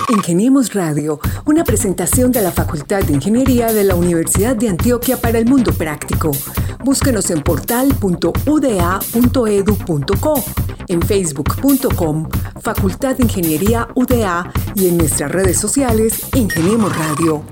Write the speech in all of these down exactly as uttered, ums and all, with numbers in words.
Ingeniemos Radio, una presentación de la Facultad de Ingeniería de la Universidad de Antioquia para el Mundo Práctico. Búsquenos en portal punto u d a punto e d u punto co, en facebook punto com, Facultad de Ingeniería U D A y en nuestras redes sociales, Ingeniemos Radio.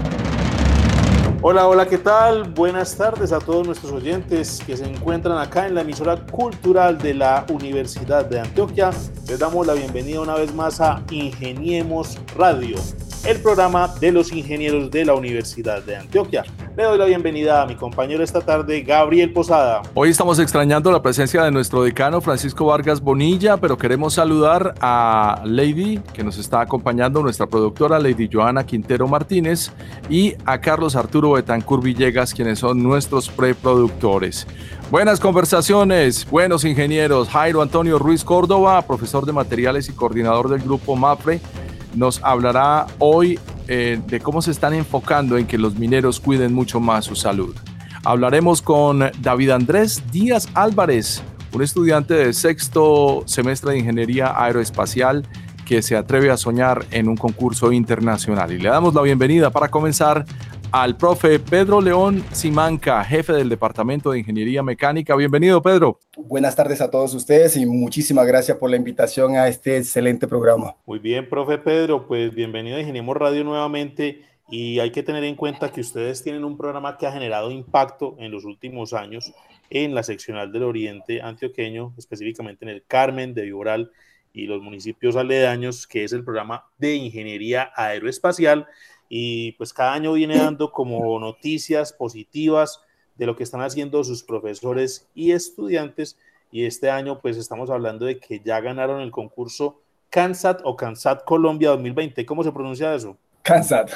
Hola, hola, ¿qué tal? Buenas tardes a todos nuestros oyentes que se encuentran acá en la emisora cultural de la Universidad de Antioquia. Les damos la bienvenida una vez más a Ingeniemos Radio, el programa de los ingenieros de la Universidad de Antioquia. Le doy la bienvenida a mi compañero esta tarde, Gabriel Posada. Hoy estamos extrañando la presencia de nuestro decano, Francisco Vargas Bonilla, pero queremos saludar a Lady, que nos está acompañando, nuestra productora, Lady Joana Quintero Martínez, y a Carlos Arturo Betancur Villegas, quienes son nuestros preproductores. Buenas conversaciones, buenos ingenieros. Jairo Antonio Ruiz Córdoba, profesor de materiales y coordinador del grupo MAPRE, nos hablará hoy eh, de cómo se están enfocando en que los mineros cuiden mucho más su salud. Hablaremos con David Andrés Díaz Álvarez, un estudiante de sexto semestre de Ingeniería Aeroespacial que se atreve a soñar en un concurso internacional. Y le damos la bienvenida para comenzar al profe Pedro León Simanca, jefe del Departamento de Ingeniería Mecánica. Bienvenido, Pedro. Buenas tardes a todos ustedes y muchísimas gracias por la invitación a este excelente programa. Muy bien, profe Pedro, pues bienvenido a Ingeniemos Radio nuevamente, y hay que tener en cuenta que ustedes tienen un programa que ha generado impacto en los últimos años en la seccional del Oriente Antioqueño, específicamente en el Carmen de Viboral y los municipios aledaños, que es el programa de Ingeniería Aeroespacial. Y pues cada año viene dando como noticias positivas de lo que están haciendo sus profesores y estudiantes, y este año pues estamos hablando de que ya ganaron el concurso CANSAT o CANSAT Colombia dos mil veinte. ¿Cómo se pronuncia eso? CANSAT.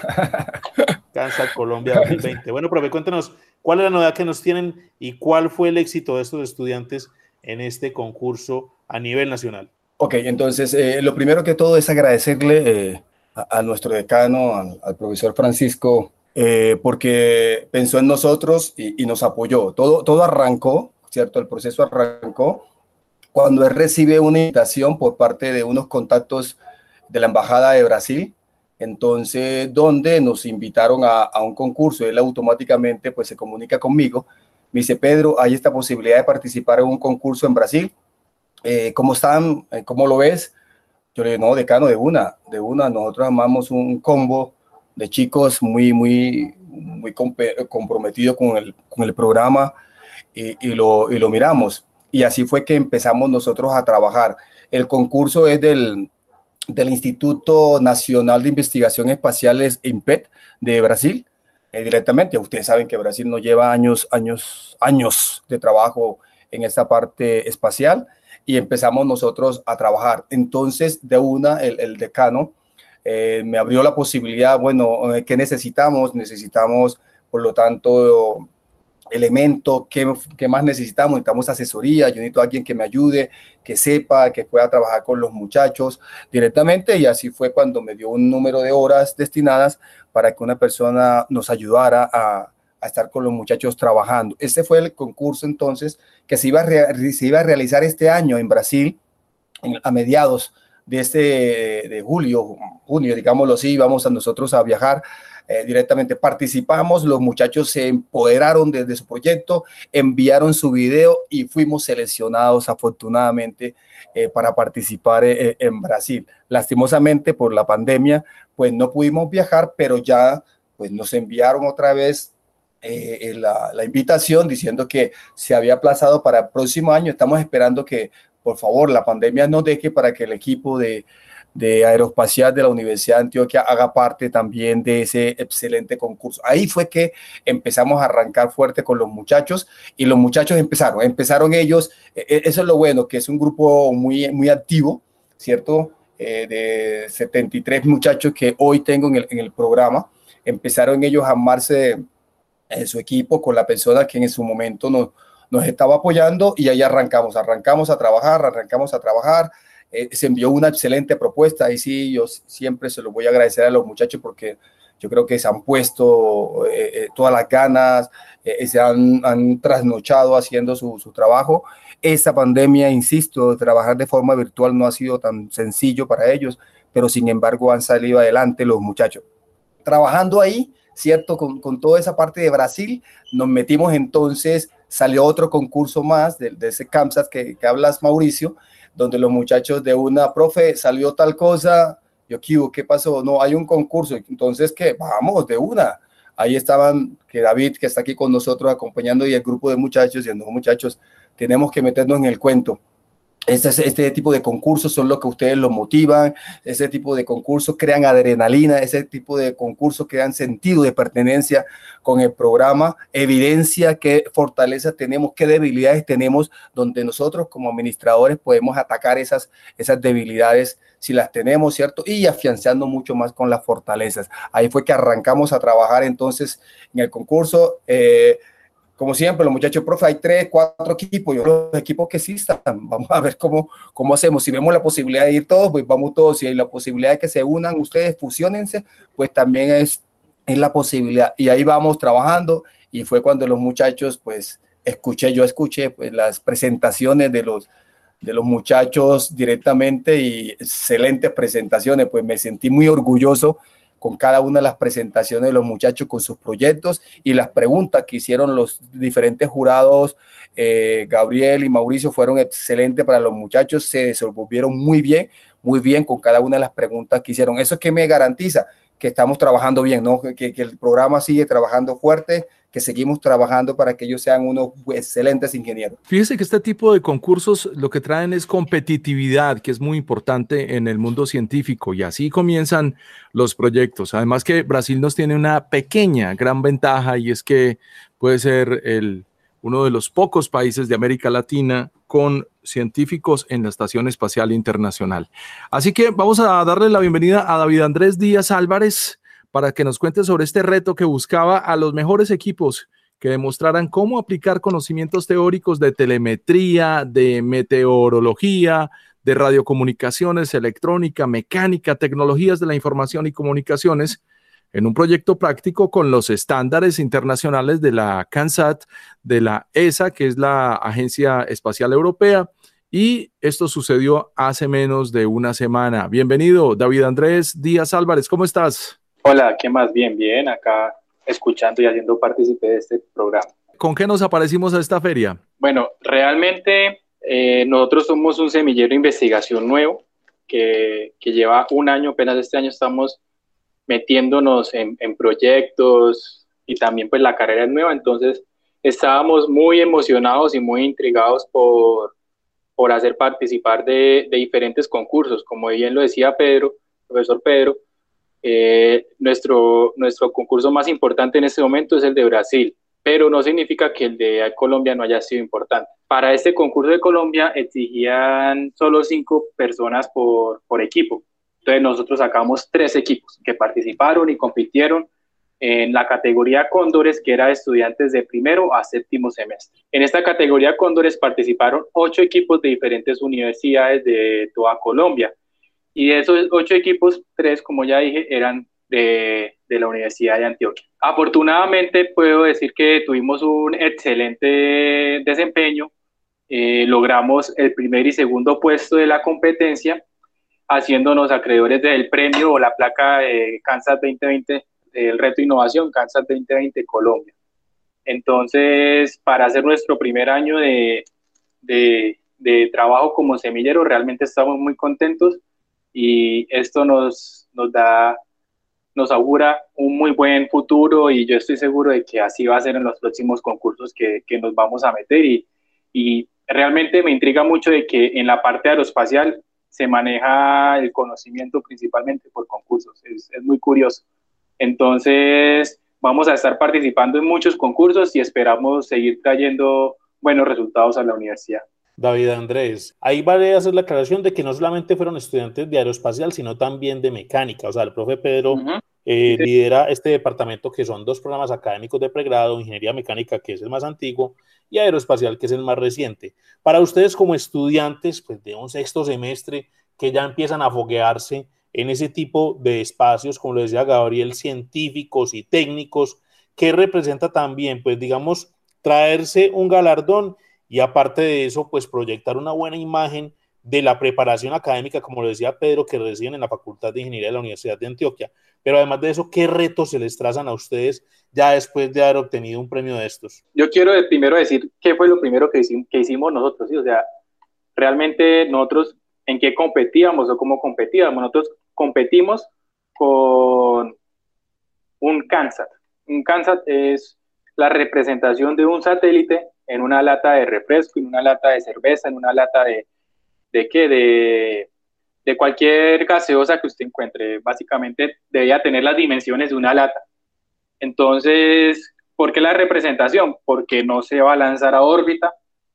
CANSAT Colombia dos mil veinte. Bueno, profe, cuéntenos cuál es la novedad que nos tienen y cuál fue el éxito de estos estudiantes en este concurso a nivel nacional. Ok, entonces eh, lo primero que todo es agradecerle eh, a, a nuestro decano, al, al profesor Francisco, eh, porque pensó en nosotros y, y nos apoyó. Todo, todo arrancó, ¿cierto? El proceso arrancó cuando él recibe una invitación por parte de unos contactos de la Embajada de Brasil, entonces donde nos invitaron a, a un concurso. Él automáticamente pues se comunica conmigo, me dice: Pedro, hay esta posibilidad de participar en un concurso en Brasil. Eh, ¿Cómo están? ¿Cómo lo ves? Yo le digo: no, decano, de una, de una. Nosotros armamos un combo de chicos muy, muy, muy comprometidos con el, con el programa y, y, lo, y lo miramos. Y así fue que empezamos nosotros a trabajar. El concurso es del, del Instituto Nacional de Investigación Espaciales, INPET, de Brasil, eh, directamente. Ustedes saben que Brasil nos lleva años, años, años de trabajo en esta parte espacial. Y empezamos nosotros a trabajar. Entonces, de una, el, el decano eh, me abrió la posibilidad. Bueno, ¿qué necesitamos? Necesitamos, por lo tanto, elementos. ¿Qué, qué más necesitamos? Necesitamos asesoría. Yo necesito a alguien que me ayude, que sepa, que pueda trabajar con los muchachos directamente. Y así fue cuando me dio un número de horas destinadas para que una persona nos ayudara a a estar con los muchachos trabajando. Este fue el concurso entonces que se iba a, re, se iba a realizar este año en Brasil, en, a mediados de este de julio, junio, digámoslo así. Vamos a nosotros a viajar eh, directamente. Participamos, los muchachos se empoderaron desde su proyecto, enviaron su video y fuimos seleccionados afortunadamente eh, para participar eh, en Brasil. Lastimosamente por la pandemia, pues no pudimos viajar, pero ya pues nos enviaron otra vez Eh, la, la invitación diciendo que se había aplazado para el próximo año. Estamos esperando que, por favor, la pandemia nos deje para que el equipo de, de Aeroespacial de la Universidad de Antioquia haga parte también de ese excelente concurso. Ahí fue que empezamos a arrancar fuerte con los muchachos y los muchachos empezaron, empezaron ellos, eh, eso es lo bueno, que es un grupo muy, muy activo, ¿cierto? Eh, de setenta y tres muchachos que hoy tengo en el, en el programa. Empezaron ellos a armarse en su equipo con la persona que en su momento nos, nos estaba apoyando, y ahí arrancamos, arrancamos a trabajar, arrancamos a trabajar. Eh, se envió una excelente propuesta, y sí, yo siempre se lo voy a agradecer a los muchachos porque yo creo que se han puesto eh, eh, todas las ganas, eh, se han, han trasnochado haciendo su, su trabajo. Esta pandemia, insisto, trabajar de forma virtual no ha sido tan sencillo para ellos, pero sin embargo han salido adelante los muchachos. Trabajando ahí, ¿cierto? Con, con toda esa parte de Brasil, nos metimos entonces, salió otro concurso más de, de ese CAMSAT que, que hablas, Mauricio, donde los muchachos de una, profe, salió tal cosa, yo, ¿qué pasó? No, hay un concurso, entonces, ¿qué? Vamos, de una. Ahí estaban, que David, que está aquí con nosotros acompañando, y el grupo de muchachos, y los muchachos, tenemos que meternos en el cuento. Este, este tipo de concursos son los que ustedes los motivan, ese tipo de concursos crean adrenalina, ese tipo de concursos crean sentido de pertenencia con el programa, evidencia qué fortalezas tenemos, qué debilidades tenemos, donde nosotros como administradores podemos atacar esas, esas debilidades si las tenemos, ¿cierto? Y afianzando mucho más con las fortalezas. Ahí fue que arrancamos a trabajar entonces en el concurso. Eh, Como siempre, los muchachos, profe, hay tres, cuatro equipos, yo, los equipos que existan, vamos a ver cómo, cómo hacemos. Si vemos la posibilidad de ir todos, pues vamos todos. Si hay la posibilidad de que se unan ustedes, fusionense, pues también es, es la posibilidad. Y ahí vamos trabajando, y fue cuando los muchachos, pues, escuché, yo escuché pues, las presentaciones de los, de los muchachos directamente, y excelentes presentaciones, pues me sentí muy orgulloso con cada una de las presentaciones de los muchachos con sus proyectos y las preguntas que hicieron los diferentes jurados. eh, Gabriel y Mauricio fueron excelentes para los muchachos, se desenvolvieron muy bien, muy bien con cada una de las preguntas que hicieron. Eso es que me garantiza que estamos trabajando bien, ¿no? Que, que el programa sigue trabajando fuerte, que seguimos trabajando para que ellos sean unos excelentes ingenieros. Fíjese que este tipo de concursos lo que traen es competitividad, que es muy importante en el mundo científico, y así comienzan los proyectos. Además que Brasil nos tiene una pequeña, gran ventaja, y es que puede ser el, uno de los pocos países de América Latina con científicos en la Estación Espacial Internacional. Así que vamos a darle la bienvenida a David Andrés Díaz Álvarez, para que nos cuente sobre este reto que buscaba a los mejores equipos que demostraran cómo aplicar conocimientos teóricos de telemetría, de meteorología, de radiocomunicaciones, electrónica, mecánica, tecnologías de la información y comunicaciones en un proyecto práctico con los estándares internacionales de la CANSAT, de la E S A, que es la Agencia Espacial Europea, y esto sucedió hace menos de una semana. Bienvenido, David Andrés Díaz Álvarez, ¿cómo estás? Hola, ¿qué más? Bien, bien, acá escuchando y haciendo partícipe de este programa. ¿Con qué nos aparecimos a esta feria? Bueno, realmente eh, nosotros somos un semillero de investigación nuevo que, que lleva un año, apenas este año estamos metiéndonos en, en proyectos, y también pues la carrera es nueva, entonces estábamos muy emocionados y muy intrigados por, por hacer participar de, de diferentes concursos. Como bien lo decía Pedro, profesor Pedro, Eh, nuestro, nuestro concurso más importante en este momento es el de Brasil, pero no significa que el de Colombia no haya sido importante. Para este concurso de Colombia exigían solo cinco personas por, por equipo. Entonces nosotros sacamos tres equipos que participaron y compitieron en la categoría Cóndores, que era de estudiantes de primero a séptimo semestre. En esta categoría Cóndores participaron ocho equipos de diferentes universidades de toda Colombia. Y de esos ocho equipos, tres, como ya dije, eran de, de la Universidad de Antioquia. Afortunadamente, puedo decir que tuvimos un excelente desempeño. Eh, logramos el primer y segundo puesto de la competencia, haciéndonos acreedores del premio o la placa de CANSAT veinte veinte, del reto innovación CANSAT veinte veinte Colombia. Entonces, para hacer nuestro primer año de, de, de trabajo como semillero, realmente estamos muy contentos. Y esto nos, nos da, nos augura un muy buen futuro, y yo estoy seguro de que así va a ser en los próximos concursos que, que nos vamos a meter. Y, y realmente me intriga mucho de que en la parte aeroespacial se maneja el conocimiento principalmente por concursos. Es, es muy curioso. Entonces vamos a estar participando en muchos concursos y esperamos seguir trayendo buenos resultados a la universidad. David Andrés, ahí vale hacer la aclaración de que no solamente fueron estudiantes de aeroespacial, sino también de mecánica. O sea, el profe Pedro uh-huh. eh, sí. lidera este departamento, que son dos programas académicos de pregrado: ingeniería mecánica, que es el más antiguo, y aeroespacial, que es el más reciente. Para ustedes como estudiantes pues, de un sexto semestre, que ya empiezan a foguearse en ese tipo de espacios, como lo decía Gabriel, científicos y técnicos, ¿qué representa también, pues digamos, traerse un galardón? Y aparte de eso, pues proyectar una buena imagen de la preparación académica, como lo decía Pedro, que reciben en la Facultad de Ingeniería de la Universidad de Antioquia. Pero además de eso, ¿qué retos se les trazan a ustedes ya después de haber obtenido un premio de estos? Yo quiero primero decir qué fue lo primero que hicimos, que hicimos nosotros, ¿sí? O sea, realmente nosotros en qué competíamos o cómo competíamos. Nosotros competimos con un CANSAT. Un CANSAT es la representación de un satélite en una lata de refresco, en una lata de cerveza, en una lata de, ¿de qué? De, de cualquier gaseosa que usted encuentre. Básicamente debía tener las dimensiones de una lata. Entonces, ¿por qué la representación? Porque no se va a lanzar a órbita,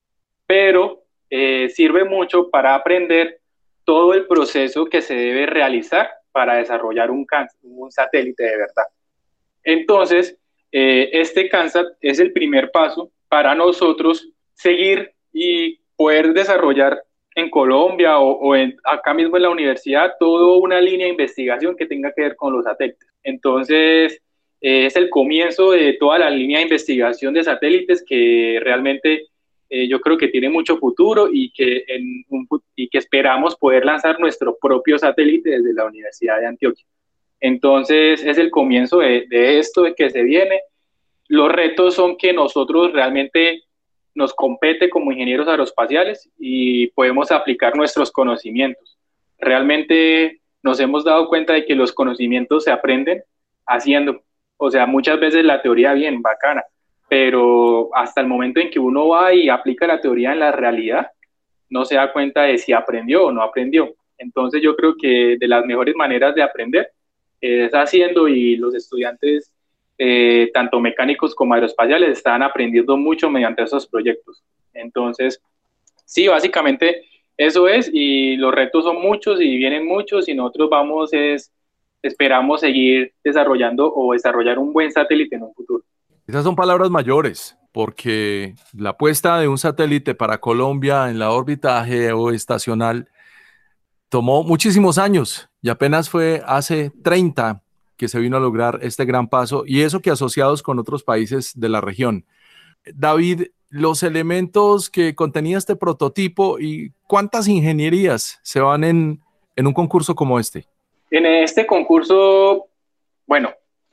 pero eh, sirve mucho para aprender todo el proceso que se debe realizar para desarrollar un, un satélite de verdad. Entonces, eh, este CANSAT es el primer paso para nosotros seguir y poder desarrollar en Colombia o, o en, acá mismo en la universidad toda una línea de investigación que tenga que ver con los satélites. Entonces, eh, es el comienzo de toda la línea de investigación de satélites que realmente eh, yo creo que tiene mucho futuro y que, en un, y que esperamos poder lanzar nuestro propio satélite desde la Universidad de Antioquia. Entonces, es el comienzo de, de esto de que se viene. Los retos son que nosotros realmente nos compete como ingenieros aeroespaciales y podemos aplicar nuestros conocimientos. Realmente nos hemos dado cuenta de que los conocimientos se aprenden haciendo. O sea, muchas veces la teoría bien, bacana, pero hasta el momento en que uno va y aplica la teoría en la realidad, no se da cuenta de si aprendió o no aprendió. Entonces yo creo que de las mejores maneras de aprender es haciendo, y los estudiantes, eh, tanto mecánicos como aeroespaciales, están aprendiendo mucho mediante esos proyectos. Entonces, sí, básicamente eso es, y los retos son muchos y vienen muchos, y nosotros vamos, es, esperamos seguir desarrollando o desarrollar un buen satélite en un futuro. Esas son palabras mayores, porque la puesta de un satélite para Colombia en la órbita geoestacional tomó muchísimos años y apenas fue hace treinta que se vino a lograr este gran paso, y eso que asociados con otros países de la región. David, los elementos que contenía este prototipo y cuántas ingenierías se van en, en un concurso como este. En este concurso, bueno,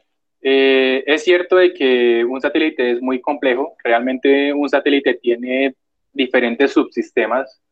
eh, es cierto de que un satélite es muy complejo. Realmente un satélite tiene diferentes subsistemas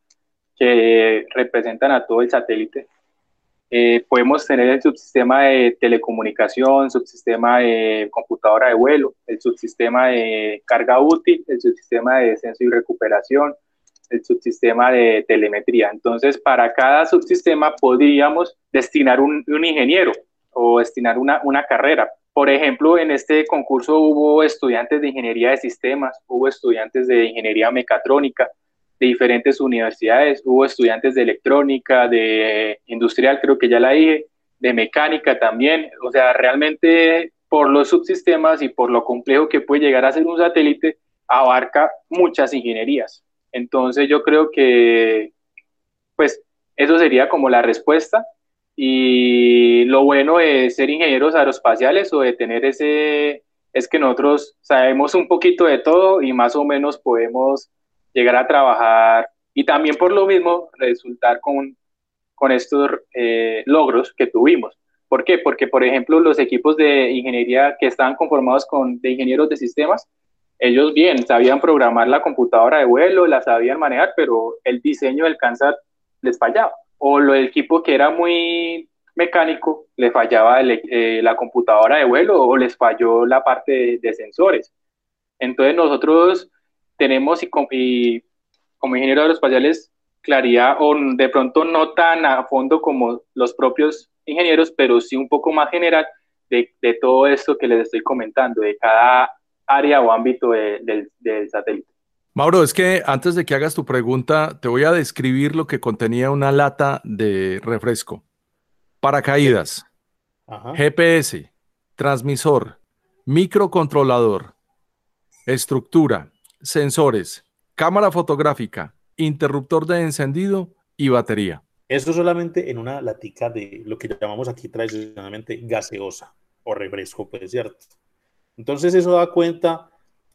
que representan a todo el satélite. Eh, podemos tener el subsistema de telecomunicación, subsistema de computadora de vuelo, el subsistema de carga útil, el subsistema de descenso y recuperación, el subsistema de telemetría. Entonces, para cada subsistema podríamos destinar un, un ingeniero o destinar una, una carrera. Por ejemplo, en este concurso hubo estudiantes de ingeniería de sistemas, hubo estudiantes de ingeniería mecatrónica, de diferentes universidades, hubo estudiantes de electrónica, de industrial, creo que ya la dije, de mecánica también. O sea, realmente por los subsistemas y por lo complejo que puede llegar a ser un satélite, abarca muchas ingenierías. Entonces yo creo que, pues, eso sería como la respuesta. Y lo bueno de ser ingenieros aeroespaciales o de tener ese, es que nosotros sabemos un poquito de todo y más o menos podemos llegar a trabajar y también por lo mismo resultar con, con estos eh, logros que tuvimos. ¿Por qué? Porque, por ejemplo, los equipos de ingeniería que estaban conformados con, de ingenieros de sistemas, ellos bien, sabían programar la computadora de vuelo, la sabían manejar, pero el diseño del CANSAT les fallaba. O el equipo que era muy mecánico, le fallaba el, eh, la computadora de vuelo o les falló la parte de, de sensores. Entonces nosotros tenemos y, y como ingenieros aeroespaciales claridad, o de pronto no tan a fondo como los propios ingenieros, pero sí un poco más general de, de todo esto que les estoy comentando, de cada área o ámbito de, de, del satélite. Mauro, es que antes de que hagas tu pregunta, te voy a describir lo que contenía una lata de refresco. Paracaídas, Ajá. G P S, transmisor, microcontrolador, estructura, sensores, cámara fotográfica, interruptor de encendido y batería. Esto solamente en una latica de lo que llamamos aquí tradicionalmente gaseosa o refresco, pues, ¿cierto? Entonces eso da cuenta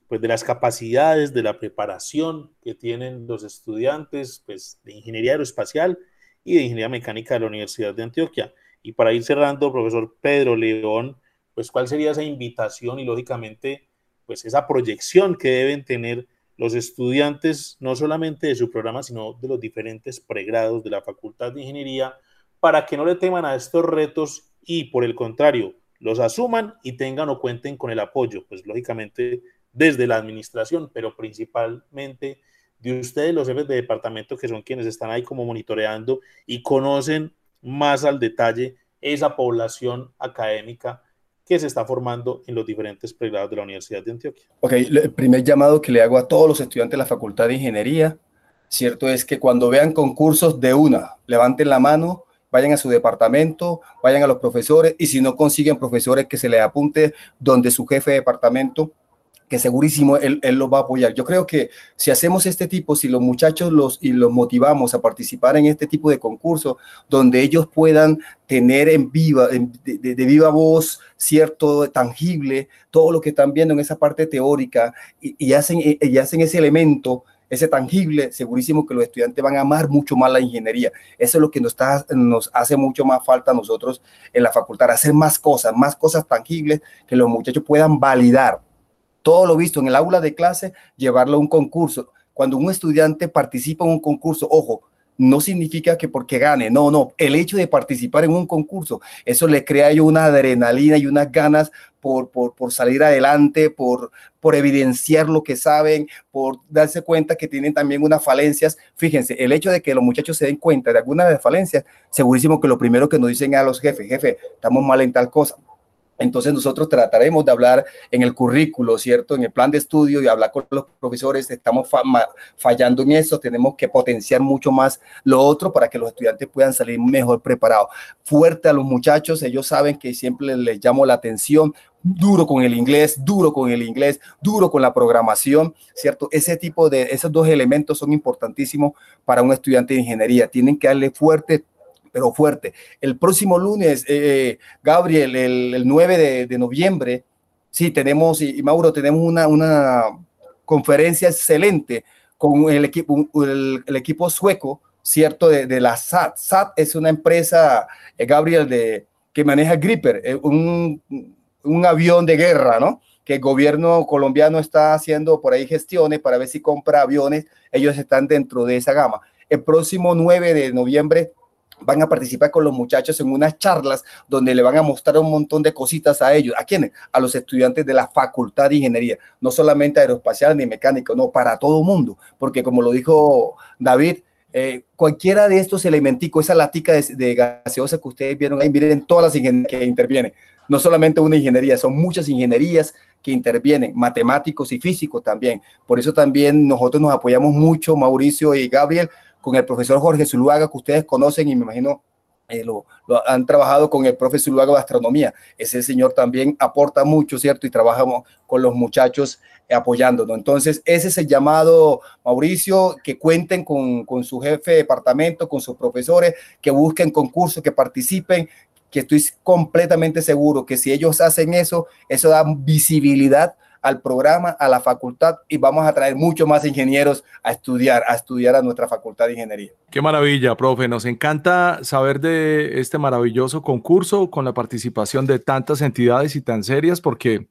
pues, de las capacidades, de la preparación que tienen los estudiantes, pues, de ingeniería aeroespacial y de ingeniería mecánica de la Universidad de Antioquia. Y para ir cerrando, profesor Pedro León, pues, ¿cuál sería esa invitación y, lógicamente, pues, esa proyección que deben tener los estudiantes, no solamente de su programa, sino de los diferentes pregrados de la Facultad de Ingeniería, para que no le teman a estos retos y, por el contrario, los asuman y tengan o cuenten con el apoyo, pues, lógicamente, desde la administración, pero principalmente de ustedes, los jefes de departamento, que son quienes están ahí como monitoreando y conocen más al detalle esa población académica que se está formando en los diferentes pregrados de la Universidad de Antioquia? Ok, el primer llamado que le hago a todos los estudiantes de la Facultad de Ingeniería, cierto, es que cuando vean concursos de una, levanten la mano, vayan a su departamento, vayan a los profesores, y si no consiguen profesores, que se les apunte donde su jefe de departamento, que segurísimo él, él los va a apoyar. Yo creo que si hacemos este tipo, si los muchachos los, y los motivamos a participar en este tipo de concursos, donde ellos puedan tener en viva, en, de, de, de viva voz, cierto, tangible, todo lo que están viendo en esa parte teórica, y, y, hacen, y hacen ese elemento, ese tangible, segurísimo que los estudiantes van a amar mucho más la ingeniería. Eso es lo que nos, está, nos hace mucho más falta a nosotros en la facultad, hacer más cosas, más cosas tangibles que los muchachos puedan validar. Todo lo visto en el aula de clase, llevarlo a un concurso. Cuando un estudiante participa en un concurso, ojo, no significa que porque gane, no, no. El hecho de participar en un concurso, eso le crea yo una adrenalina y unas ganas por, por, por salir adelante, por, por evidenciar lo que saben, por darse cuenta que tienen también unas falencias. Fíjense, el hecho de que los muchachos se den cuenta de algunas de las falencias, segurísimo que lo primero que nos dicen a los jefes, jefe, estamos mal en tal cosa. Entonces nosotros trataremos de hablar en el currículo, ¿cierto? En el plan de estudio y hablar con los profesores. Estamos fa fallando en eso, tenemos que potenciar mucho más lo otro para que los estudiantes puedan salir mejor preparados. Fuerte a los muchachos, ellos saben que siempre les llamo la atención. Duro con el inglés, duro con el inglés, duro con la programación, ¿cierto? Ese tipo de, esos dos elementos son importantísimos para un estudiante de ingeniería. Tienen que darle fuerte, pero fuerte. El próximo lunes, eh, Gabriel, el, el nueve de, de noviembre, sí, tenemos, y, y Mauro, tenemos una, una conferencia excelente con el equipo, el, el equipo sueco, ¿cierto? De, de la S A T. S A T es una empresa, eh, Gabriel, de, que maneja Griper, eh, un, un avión de guerra, ¿no? Que el gobierno colombiano está haciendo por ahí gestiones para ver si compra aviones. Ellos están dentro de esa gama. El próximo nueve de noviembre van a participar con los muchachos en unas charlas donde le van a mostrar un montón de cositas a ellos. ¿A quiénes? A los estudiantes de la Facultad de Ingeniería, no solamente aeroespacial ni mecánico, no, para todo mundo, porque como lo dijo David, eh, cualquiera de estos elementicos, esa latica de, de gaseosa que ustedes vieron ahí, miren todas las ingenierías que intervienen, no solamente una ingeniería, son muchas ingenierías que intervienen, matemáticos y físicos también. Por eso también nosotros nos apoyamos mucho, Mauricio y Gabriel, con el profesor Jorge Zuluaga, que ustedes conocen y me imagino eh, lo, lo han trabajado con el profesor Zuluaga de astronomía. Ese señor también aporta mucho, ¿cierto? Y trabajamos con los muchachos eh, apoyándonos. Entonces, ese es el llamado, Mauricio, que cuenten con, con su jefe de departamento, con sus profesores, que busquen concursos, que participen, que estoy completamente seguro que si ellos hacen eso, eso da visibilidad al programa, a la facultad, y vamos a traer mucho más ingenieros a estudiar, a estudiar a nuestra Facultad de Ingeniería. Qué maravilla, profe. Nos encanta saber de este maravilloso concurso con la participación de tantas entidades y tan serias, porque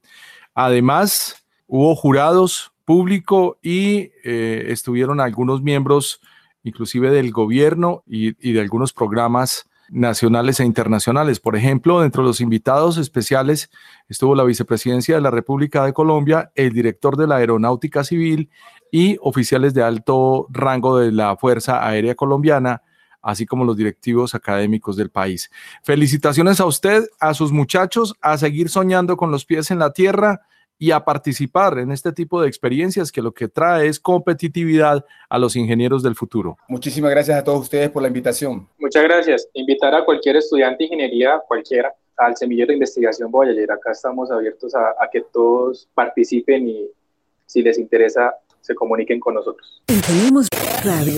además hubo jurados, público y eh, estuvieron algunos miembros, inclusive del gobierno y, y de algunos programas nacionales e internacionales. Por ejemplo, dentro de los invitados especiales estuvo la Vicepresidencia de la República de Colombia, el director de la Aeronáutica Civil y oficiales de alto rango de la Fuerza Aérea Colombiana, así como los directivos académicos del país. Felicitaciones a usted, a sus muchachos, a seguir soñando con los pies en la tierra y a participar en este tipo de experiencias que lo que trae es competitividad a los ingenieros del futuro. Muchísimas gracias a todos ustedes por la invitación. Muchas gracias. Invitar a cualquier estudiante de ingeniería, cualquiera, al semillero de investigación Boyaller. Acá estamos abiertos a, a que todos participen y si les interesa, se comuniquen con nosotros. Ingeniemos Radio.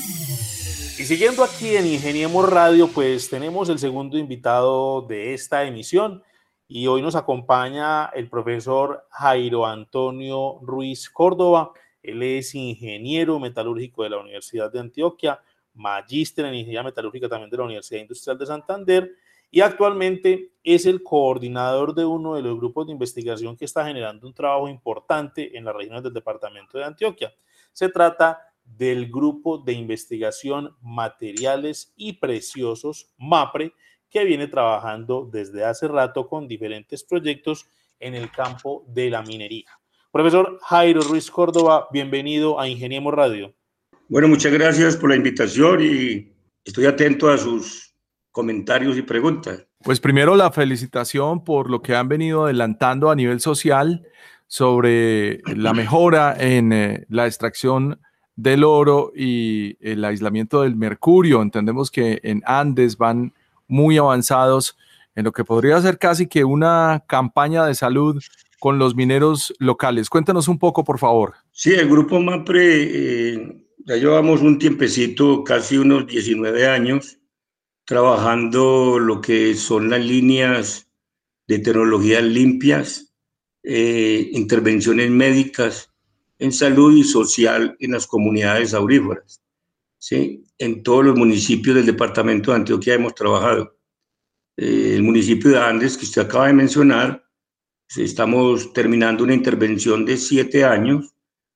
Y siguiendo aquí en Ingeniemos Radio, pues tenemos el segundo invitado de esta emisión. y hoy nos acompaña el profesor Jairo Antonio Ruiz Córdoba. Él es ingeniero metalúrgico de la Universidad de Antioquia, magíster en ingeniería metalúrgica también de la Universidad Industrial de Santander, y actualmente es el coordinador de uno de los grupos de investigación que está generando un trabajo importante en las regiones del departamento de Antioquia. Se trata del Grupo de Investigación Materiales y Preciosos, MAPRE, que viene trabajando desde hace rato con diferentes proyectos en el campo de la minería. Profesor Jairo Ruiz Córdoba, bienvenido a Ingeniemos Radio. Bueno, muchas gracias por la invitación y estoy atento a sus comentarios y preguntas. Pues primero la felicitación por lo que han venido adelantando a nivel social sobre la mejora en eh, la extracción del oro y el aislamiento del mercurio. Entendemos que en Andes van muy avanzados en lo que podría ser casi que una campaña de salud con los mineros locales. Cuéntanos un poco, por favor. Sí, el grupo MAPRE, eh, ya llevamos un tiempecito, casi unos diecinueve años, trabajando lo que son las líneas de tecnologías limpias, eh, intervenciones médicas en salud y social en las comunidades auríferas. ¿Sí? En todos los municipios del departamento de Antioquia hemos trabajado. Eh, el municipio de Andes, que usted acaba de mencionar, pues estamos terminando una intervención de siete años,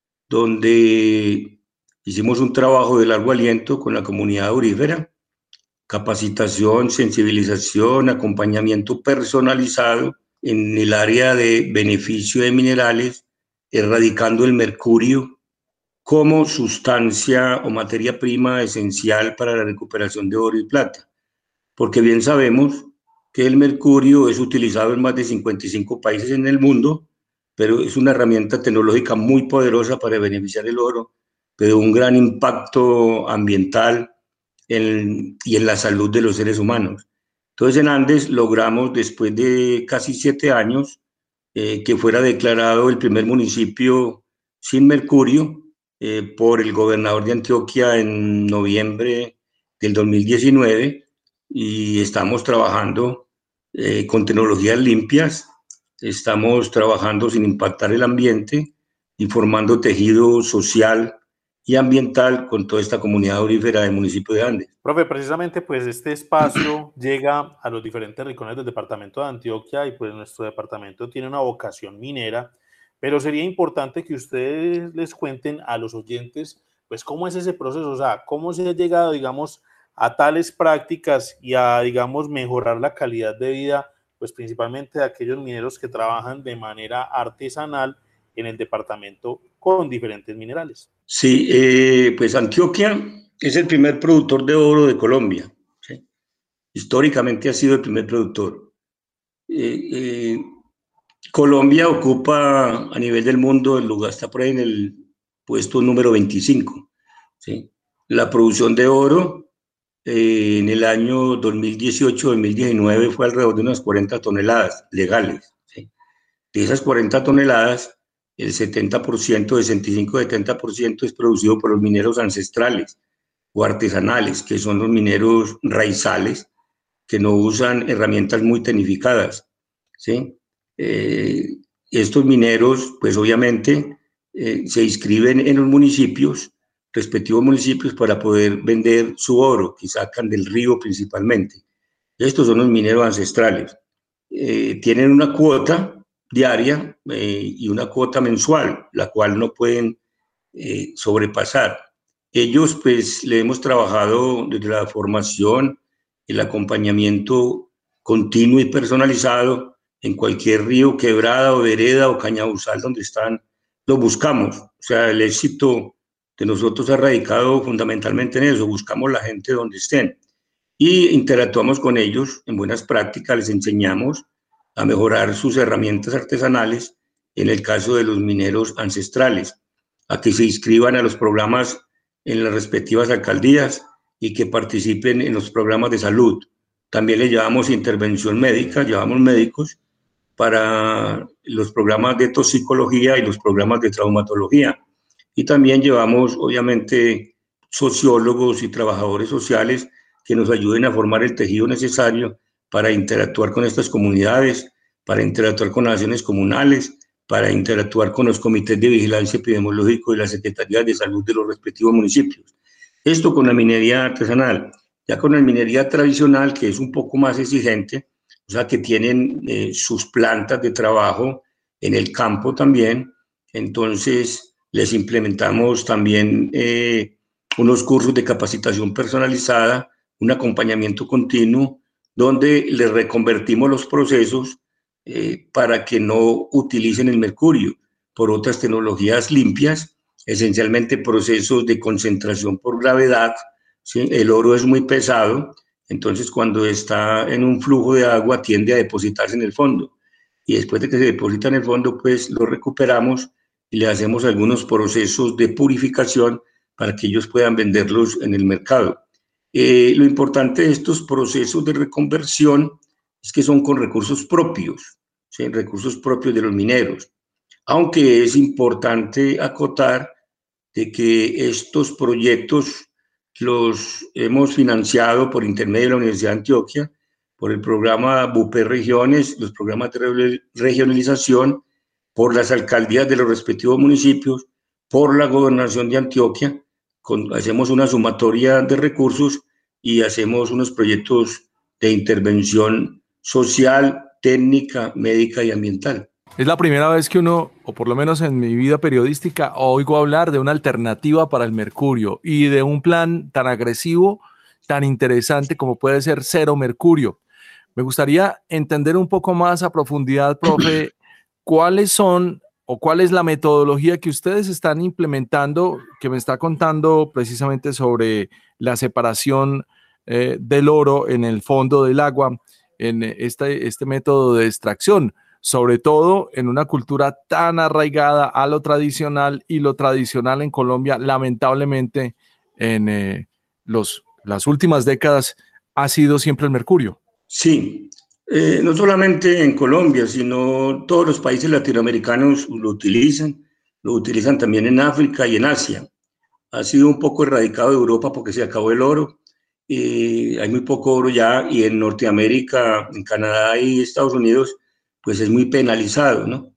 donde hicimos un trabajo de largo aliento con la comunidad aurífera, capacitación, sensibilización, acompañamiento personalizado en el área de beneficio de minerales, erradicando el mercurio como sustancia o materia prima esencial para la recuperación de oro y plata. Porque bien sabemos que el mercurio es utilizado en más de cincuenta y cinco países en el mundo, pero es una herramienta tecnológica muy poderosa para beneficiar el oro, pero un gran impacto ambiental en, y en la salud de los seres humanos. Entonces en Andes logramos, después de casi siete años, eh, que fuera declarado el primer municipio sin mercurio eh, por el gobernador de Antioquia en noviembre del dos mil diecinueve, y estamos trabajando eh, con tecnologías limpias, estamos trabajando sin impactar el ambiente y formando tejido social y ambiental con toda esta comunidad aurífera del municipio de Andes. Profe, precisamente pues este espacio llega a los diferentes rincones del departamento de Antioquia y pues nuestro departamento tiene una vocación minera, pero sería importante que ustedes les cuenten a los oyentes pues cómo es ese proceso, o sea, cómo se ha llegado, digamos, a tales prácticas y a, digamos, mejorar la calidad de vida, pues principalmente de aquellos mineros que trabajan de manera artesanal en el departamento con diferentes minerales. Sí, eh, pues Antioquia es el primer productor de oro de Colombia, ¿sí? Históricamente ha sido el primer productor. Eh, eh, Colombia ocupa a nivel del mundo el lugar, está por ahí en el puesto número veinticinco, ¿sí? La producción de oro eh, en el año dos mil dieciocho dos mil diecinueve fue alrededor de unas cuarenta toneladas legales, ¿sí? De esas cuarenta toneladas, el setenta por ciento, sesenta y cinco a setenta por ciento es producido por los mineros ancestrales o artesanales, que son los mineros raizales, que no usan herramientas muy tecnificadas, ¿sí? Eh, estos mineros, pues obviamente, eh, se inscriben en los municipios, respectivos municipios, para poder vender su oro, que sacan del río principalmente. Estos son los mineros ancestrales. Eh, tienen una cuota diaria eh, y una cuota mensual, la cual no pueden eh, sobrepasar. Ellos, pues, le hemos trabajado desde la formación, el acompañamiento continuo y personalizado en cualquier río, quebrada o vereda o cañaduzal donde están, los buscamos. O sea, el éxito de nosotros ha radicado fundamentalmente en eso, buscamos la gente donde estén y interactuamos con ellos en buenas prácticas, les enseñamos a mejorar sus herramientas artesanales, en el caso de los mineros ancestrales, a que se inscriban a los programas en las respectivas alcaldías y que participen en los programas de salud. También le llevamos intervención médica, llevamos médicos para los programas de toxicología y los programas de traumatología. Y también llevamos, obviamente, sociólogos y trabajadores sociales que nos ayuden a formar el tejido necesario para interactuar con estas comunidades, para interactuar con las acciones comunales, para interactuar con los comités de vigilancia epidemiológica y las secretarías de salud de los respectivos municipios. Esto con la minería artesanal. Ya con la minería tradicional, que es un poco más exigente, o sea, que tienen eh, sus plantas de trabajo en el campo también, entonces les implementamos también eh, unos cursos de capacitación personalizada, un acompañamiento continuo, donde les reconvertimos los procesos eh, para que no utilicen el mercurio por otras tecnologías limpias, esencialmente procesos de concentración por gravedad, ¿sí? El oro es muy pesado, entonces cuando está en un flujo de agua tiende a depositarse en el fondo, y después de que se deposita en el fondo, pues lo recuperamos y le hacemos algunos procesos de purificación para que ellos puedan venderlos en el mercado. Eh, lo importante de estos procesos de reconversión es que son con recursos propios, ¿sí? Recursos propios de los mineros, aunque es importante acotar de que estos proyectos los hemos financiado por intermedio de la Universidad de Antioquia, por el programa BUPE Regiones, los programas de regionalización, por las alcaldías de los respectivos municipios, por la gobernación de Antioquia. Con, hacemos una sumatoria de recursos y hacemos unos proyectos de intervención social, técnica, médica y ambiental. Es la primera vez que uno, o por lo menos en mi vida periodística, oigo hablar de una alternativa para el mercurio y de un plan tan agresivo, tan interesante como puede ser Cero Mercurio. Me gustaría entender un poco más a profundidad, profe, cuáles son o cuál es la metodología que ustedes están implementando, que me está contando precisamente sobre la separación eh, del oro en el fondo del agua, en este, este método de extracción, sobre todo en una cultura tan arraigada a lo tradicional, y lo tradicional en Colombia, lamentablemente, en eh, los, las últimas décadas ha sido siempre el mercurio. Sí, eh, no solamente en Colombia, sino todos los países latinoamericanos lo utilizan, lo utilizan también en África y en Asia. Ha sido un poco erradicado de Europa porque se acabó el oro, y hay muy poco oro ya, y en Norteamérica, en Canadá y Estados Unidos, pues es muy penalizado, ¿no?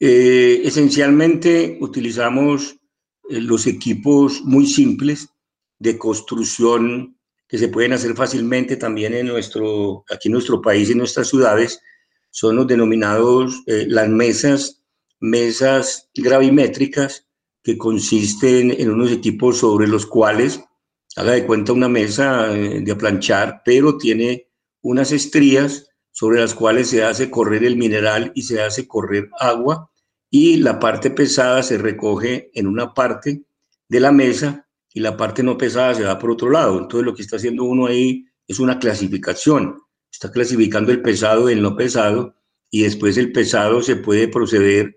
Eh, esencialmente utilizamos eh, los equipos muy simples de construcción que se pueden hacer fácilmente también en nuestro, aquí en nuestro país, en nuestras ciudades, son los denominados eh, las mesas, mesas gravimétricas, que consisten en unos equipos sobre los cuales, haga de cuenta una mesa eh, de aplanchar, pero tiene unas estrías sobre las cuales se hace correr el mineral y se hace correr agua, y la parte pesada se recoge en una parte de la mesa y la parte no pesada se va por otro lado. Entonces lo que está haciendo uno ahí es una clasificación, está clasificando el pesado del no pesado, y después el pesado se puede proceder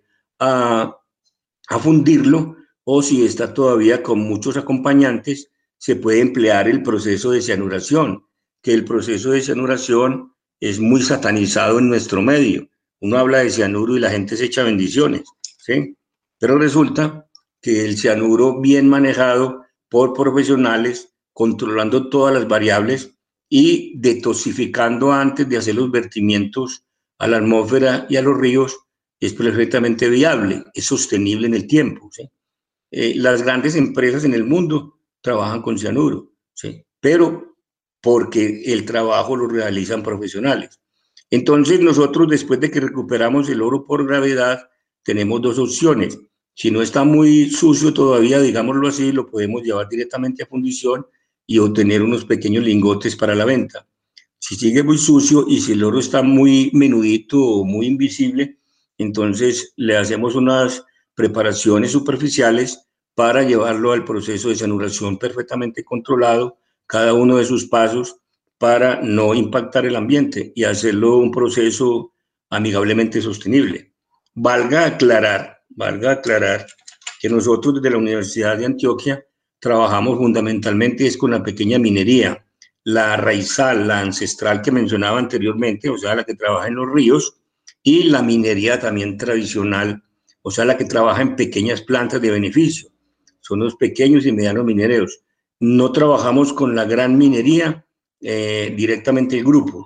a, a fundirlo, o si está todavía con muchos acompañantes, se puede emplear el proceso de cianuración, que el proceso de cianuración es muy satanizado en nuestro medio. Uno habla de cianuro y la gente se echa bendiciones, ¿sí? Pero resulta que el cianuro bien manejado por profesionales, controlando todas las variables y detoxificando antes de hacer los vertimientos a la atmósfera y a los ríos, es perfectamente viable, es sostenible en el tiempo, ¿sí? Eh, las grandes empresas en el mundo trabajan con cianuro, ¿sí? Pero porque el trabajo lo realizan profesionales. Entonces nosotros, después de que recuperamos el oro por gravedad, tenemos dos opciones. Si no está muy sucio todavía, digámoslo así, lo podemos llevar directamente a fundición y obtener unos pequeños lingotes para la venta. Si sigue muy sucio y si el oro está muy menudito o muy invisible, entonces le hacemos unas preparaciones superficiales para llevarlo al proceso de cianuración perfectamente controlado, cada uno de sus pasos, para no impactar el ambiente y hacerlo un proceso amigablemente sostenible. Valga aclarar, valga aclarar que nosotros desde la Universidad de Antioquia trabajamos fundamentalmente es con la pequeña minería, la raizal, la ancestral que mencionaba anteriormente, o sea, la que trabaja en los ríos, y la minería también tradicional, o sea, la que trabaja en pequeñas plantas de beneficio. Son los pequeños y medianos mineros. No trabajamos con la gran minería, eh, directamente el grupo,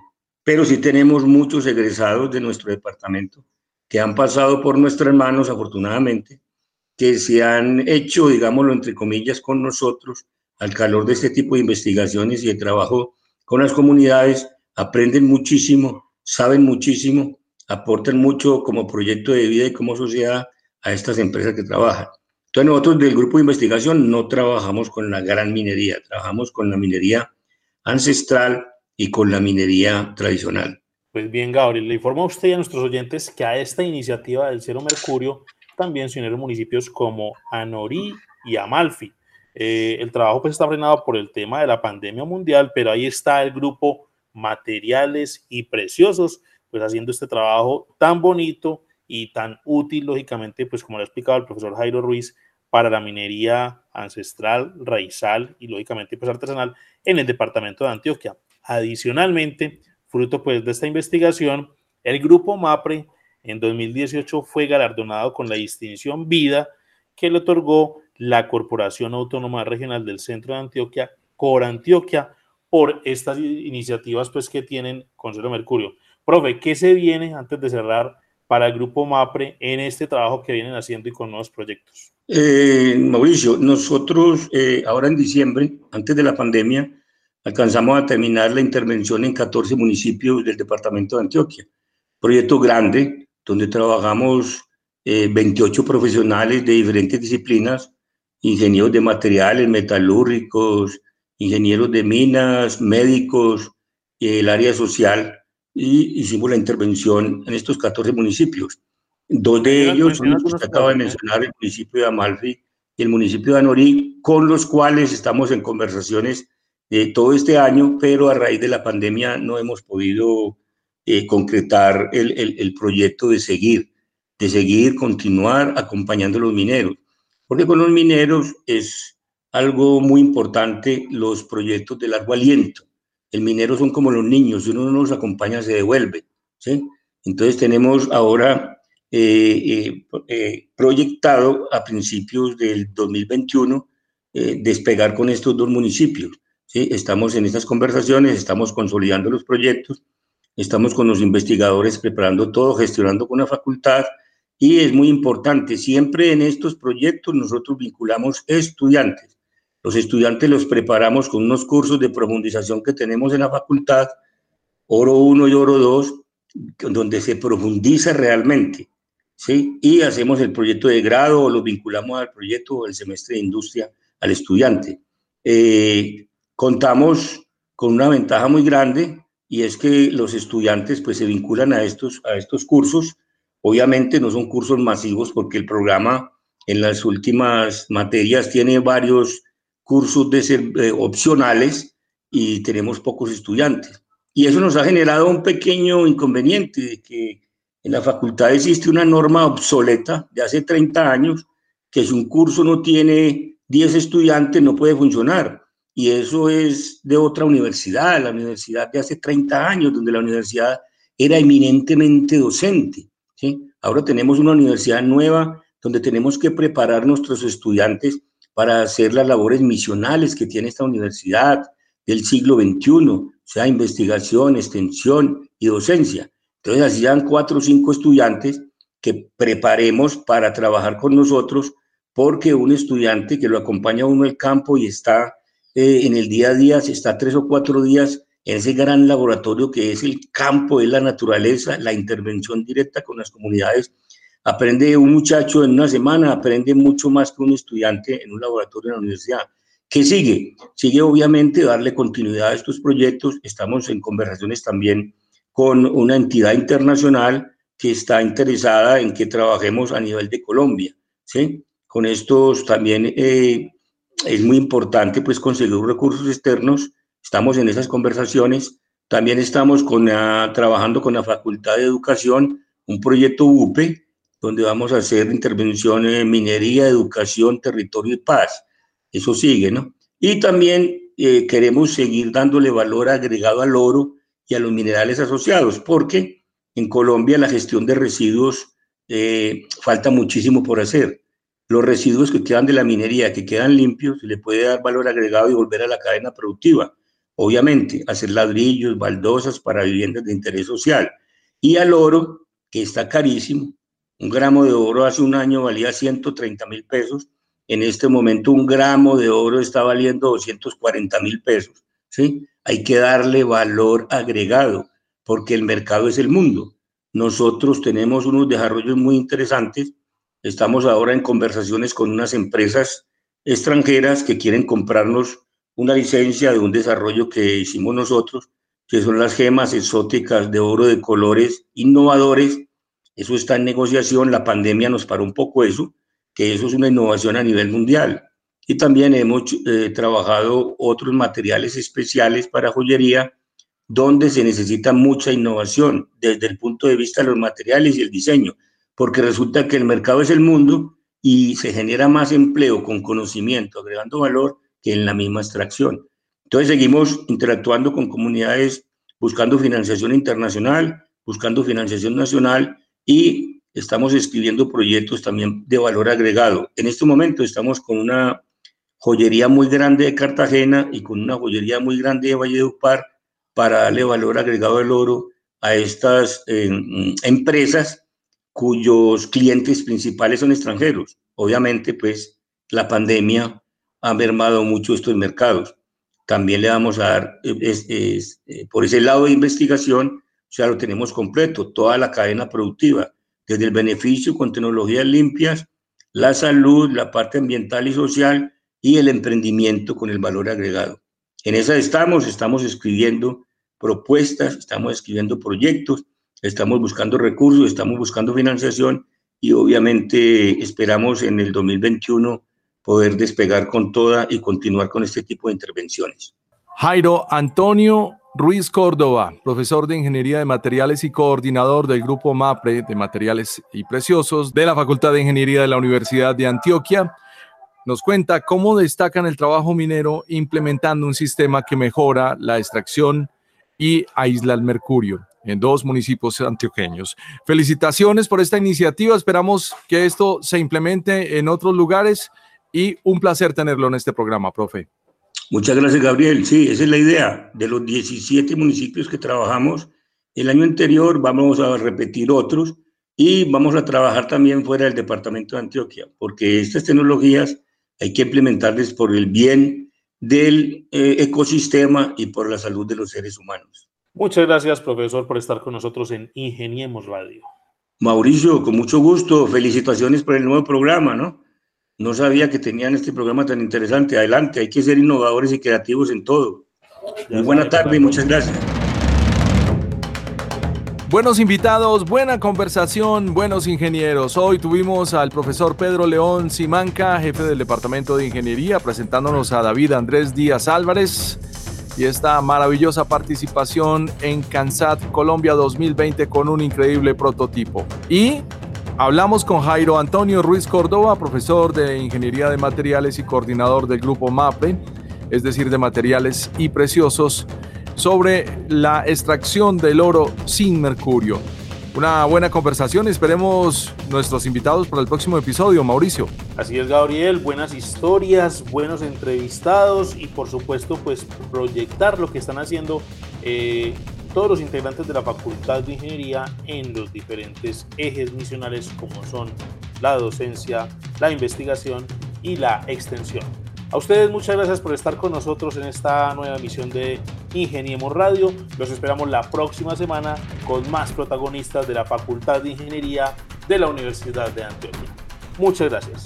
pero sí tenemos muchos egresados de nuestro departamento que han pasado por nuestras manos, afortunadamente, que se han hecho, digámoslo entre comillas, con nosotros, al calor de este tipo de investigaciones y de trabajo con las comunidades, aprenden muchísimo, saben muchísimo, aportan mucho como proyecto de vida y como sociedad a estas empresas que trabajan. Entonces nosotros del grupo de investigación no trabajamos con la gran minería, trabajamos con la minería ancestral y con la minería tradicional. Pues bien, Gabriel, le informo a usted y a nuestros oyentes que a esta iniciativa del Cero Mercurio también se unieron municipios como Anorí y Amalfi. Eh, el trabajo pues está frenado por el tema de la pandemia mundial, pero ahí está el grupo Materiales y Preciosos, pues haciendo este trabajo tan bonito y tan útil, lógicamente, pues como lo ha explicado el profesor Jairo Ruiz, para la minería ancestral, raizal y lógicamente pues artesanal en el departamento de Antioquia. Adicionalmente, fruto pues de esta investigación, el grupo MAPRE en dos mil dieciocho fue galardonado con la distinción Vida que le otorgó la Corporación Autónoma Regional del Centro de Antioquia, Corantioquia, por estas iniciativas pues que tienen con Cero Mercurio. Profe, ¿qué se viene antes de cerrar para el grupo MAPRE en este trabajo que vienen haciendo y con nuevos proyectos? Eh, Mauricio, nosotros eh, ahora en diciembre, antes de la pandemia, alcanzamos a terminar la intervención en catorce municipios del departamento de Antioquia. Proyecto grande, donde trabajamos eh, veintiocho profesionales de diferentes disciplinas, ingenieros de materiales, metalúrgicos, ingenieros de minas, médicos, eh, el área social, y hicimos la intervención en estos catorce municipios. Dos de ellos son los que usted acaba de mencionar, el municipio de Amalfi y el municipio de Anorí, con los cuales estamos en conversaciones eh, todo este año, pero a raíz de la pandemia no hemos podido eh, concretar el, el, el proyecto de seguir, de seguir, continuar acompañando a los mineros. Porque con los mineros es algo muy importante los proyectos de largo aliento. El minero son como los niños, si uno no los acompaña se devuelve, ¿sí? Entonces tenemos ahora Eh, eh, eh, proyectado a principios del dos mil veintiuno eh, despegar con estos dos municipios, ¿sí? Estamos en estas conversaciones, estamos consolidando los proyectos, estamos con los investigadores preparando todo, gestionando con la facultad, y es muy importante, siempre en estos proyectos nosotros vinculamos estudiantes. Los estudiantes los preparamos con unos cursos de profundización que tenemos en la facultad, Oro uno y Oro dos, donde se profundiza realmente, ¿sí? Y hacemos el proyecto de grado o lo vinculamos al proyecto o el semestre de industria al estudiante. Eh, contamos con una ventaja muy grande, y es que los estudiantes pues se vinculan a estos, a estos cursos. Obviamente no son cursos masivos porque el programa en las últimas materias tiene varios cursos de ser, eh, opcionales, y tenemos pocos estudiantes. Y eso nos ha generado un pequeño inconveniente de que en la facultad existe una norma obsoleta de hace treinta años, que si un curso no tiene diez estudiantes no puede funcionar. Y eso es de otra universidad, la universidad de hace treinta años, donde la universidad era eminentemente docente, ¿sí? Ahora tenemos una universidad nueva donde tenemos que preparar a nuestros estudiantes para hacer las labores misionales que tiene esta universidad del siglo veintiuno, o sea, investigación, extensión y docencia. Entonces, hacían cuatro o cinco estudiantes que preparemos para trabajar con nosotros, porque un estudiante que lo acompaña a uno al campo y está eh, en el día a día, se está tres o cuatro días en ese gran laboratorio que es el campo, es la naturaleza, la intervención directa con las comunidades. Aprende un muchacho en una semana, aprende mucho más que un estudiante en un laboratorio en la universidad. ¿Qué sigue? Sigue obviamente darle continuidad a estos proyectos. Estamos en conversaciones también con una entidad internacional que está interesada en que trabajemos a nivel de Colombia, ¿sí? Con estos también eh, es muy importante pues conseguir recursos externos. Estamos en esas conversaciones. También estamos con la, trabajando con la Facultad de Educación, un proyecto U P E, donde vamos a hacer intervención en minería, educación, territorio y paz. Eso sigue, ¿no? Y también eh, queremos seguir dándole valor agregado al oro y a los minerales asociados, porque en Colombia la gestión de residuos eh, falta muchísimo por hacer. Los residuos que quedan de la minería, que quedan limpios, se le puede dar valor agregado y volver a la cadena productiva. obviamente, hacer ladrillos, baldosas para viviendas de interés social. Y al oro, que está carísimo. Un gramo de oro hace un año valía ciento treinta mil pesos. En este momento un gramo de oro está valiendo doscientos cuarenta mil pesos. ¿Sí? Hay que darle valor agregado, porque el mercado es el mundo. Nosotros tenemos unos desarrollos muy interesantes. Estamos ahora en conversaciones con unas empresas extranjeras que quieren comprarnos una licencia de un desarrollo que hicimos nosotros, que son las gemas exóticas de oro de colores innovadores. Eso está en negociación. La pandemia nos paró un poco eso, que eso es una innovación a nivel mundial. Y también hemos eh, trabajado otros materiales especiales para joyería, donde se necesita mucha innovación desde el punto de vista de los materiales y el diseño, porque resulta que el mercado es el mundo y se genera más empleo con conocimiento, agregando valor, que en la misma extracción. Entonces seguimos interactuando con comunidades, buscando financiación internacional, buscando financiación nacional, y estamos escribiendo proyectos también de valor agregado. En este momento estamos con una joyería muy grande de Cartagena y con una joyería muy grande de Valledupar para darle valor agregado del oro a estas eh, empresas cuyos clientes principales son extranjeros. Obviamente, pues, la pandemia ha mermado mucho estos mercados. También le vamos a dar, es, es, es, por ese lado de investigación, o sea, lo tenemos completo, toda la cadena productiva, desde el beneficio con tecnologías limpias, la salud, la parte ambiental y social, y el emprendimiento con el valor agregado. En esa estamos, estamos escribiendo propuestas, estamos escribiendo proyectos, estamos buscando recursos, estamos buscando financiación, y obviamente esperamos en el dos mil veintiuno poder despegar con toda y continuar con este tipo de intervenciones. Jairo Antonio Ruiz Córdoba, profesor de Ingeniería de Materiales y coordinador del Grupo MAPRE de Materiales y Preciosos de la Facultad de Ingeniería de la Universidad de Antioquia, nos cuenta cómo destacan el trabajo minero implementando un sistema que mejora la extracción y aísla el mercurio en dos municipios antioqueños. Felicitaciones por esta iniciativa, esperamos que esto se implemente en otros lugares y un placer tenerlo en este programa, profe. Muchas gracias, Gabriel. Sí, esa es la idea. De los diecisiete municipios que trabajamos el año anterior, vamos a repetir otros y vamos a trabajar también fuera del departamento de Antioquia, porque estas tecnologías hay que implementarlas por el bien del eh, ecosistema y por la salud de los seres humanos. Muchas gracias, profesor, por estar con nosotros en Ingeniemos Radio. Mauricio, con mucho gusto. Felicitaciones por el nuevo programa, ¿no? No sabía que tenían este programa tan interesante. Adelante, hay que ser innovadores y creativos en todo. Muy buena tarde y muchas gracias. Buenos invitados, buena conversación, buenos ingenieros. Hoy tuvimos al profesor Pedro León Simanca, jefe del Departamento de Ingeniería, presentándonos a David Andrés Díaz Álvarez y esta maravillosa participación en CANSAT Colombia dos mil veinte con un increíble prototipo. Y hablamos con Jairo Antonio Ruiz Córdoba, profesor de Ingeniería de Materiales y coordinador del Grupo MAPRE, es decir, de Materiales y Preciosos, sobre la extracción del oro sin mercurio. Una buena conversación, esperemos nuestros invitados para el próximo episodio, Mauricio. Así es, Gabriel, buenas historias, buenos entrevistados y por supuesto pues proyectar lo que están haciendo eh, todos los integrantes de la Facultad de Ingeniería en los diferentes ejes misionales como son la docencia, la investigación y la extensión. A ustedes muchas gracias por estar con nosotros en esta nueva emisión de Ingeniemos Radio. Los esperamos la próxima semana con más protagonistas de la Facultad de Ingeniería de la Universidad de Antioquia. Muchas gracias.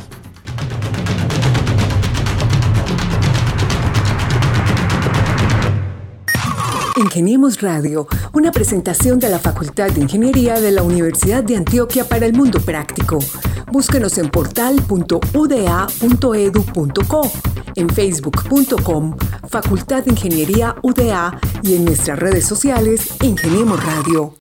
Ingeniemos Radio, una presentación de la Facultad de Ingeniería de la Universidad de Antioquia para el mundo práctico. Búsquenos en portal punto u d a punto e d u punto co, en facebook punto com, Facultad de Ingeniería U D A y en nuestras redes sociales Ingeniemos Radio.